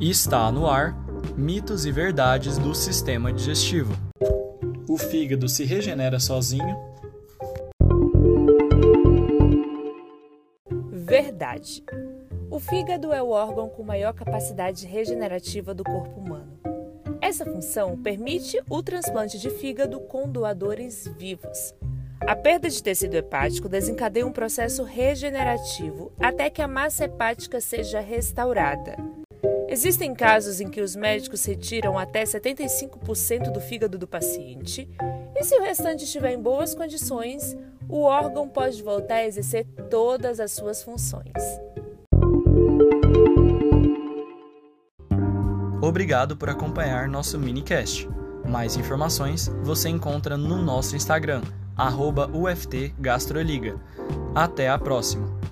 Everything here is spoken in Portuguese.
Está no ar mitos e verdades do sistema digestivo. O fígado se regenera sozinho? Verdade. O fígado é o órgão com maior capacidade regenerativa do corpo humano. Essa função permite o transplante de fígado com doadores vivos. A perda de tecido hepático desencadeia um processo regenerativo até que a massa hepática seja restaurada. Existem casos em que os médicos retiram até 75% do fígado do paciente e, se o restante estiver em boas condições, o órgão pode voltar a exercer todas as suas funções. Obrigado por acompanhar nosso minicast. Mais informações você encontra no nosso Instagram, @UFTGastroliga. Até a próxima!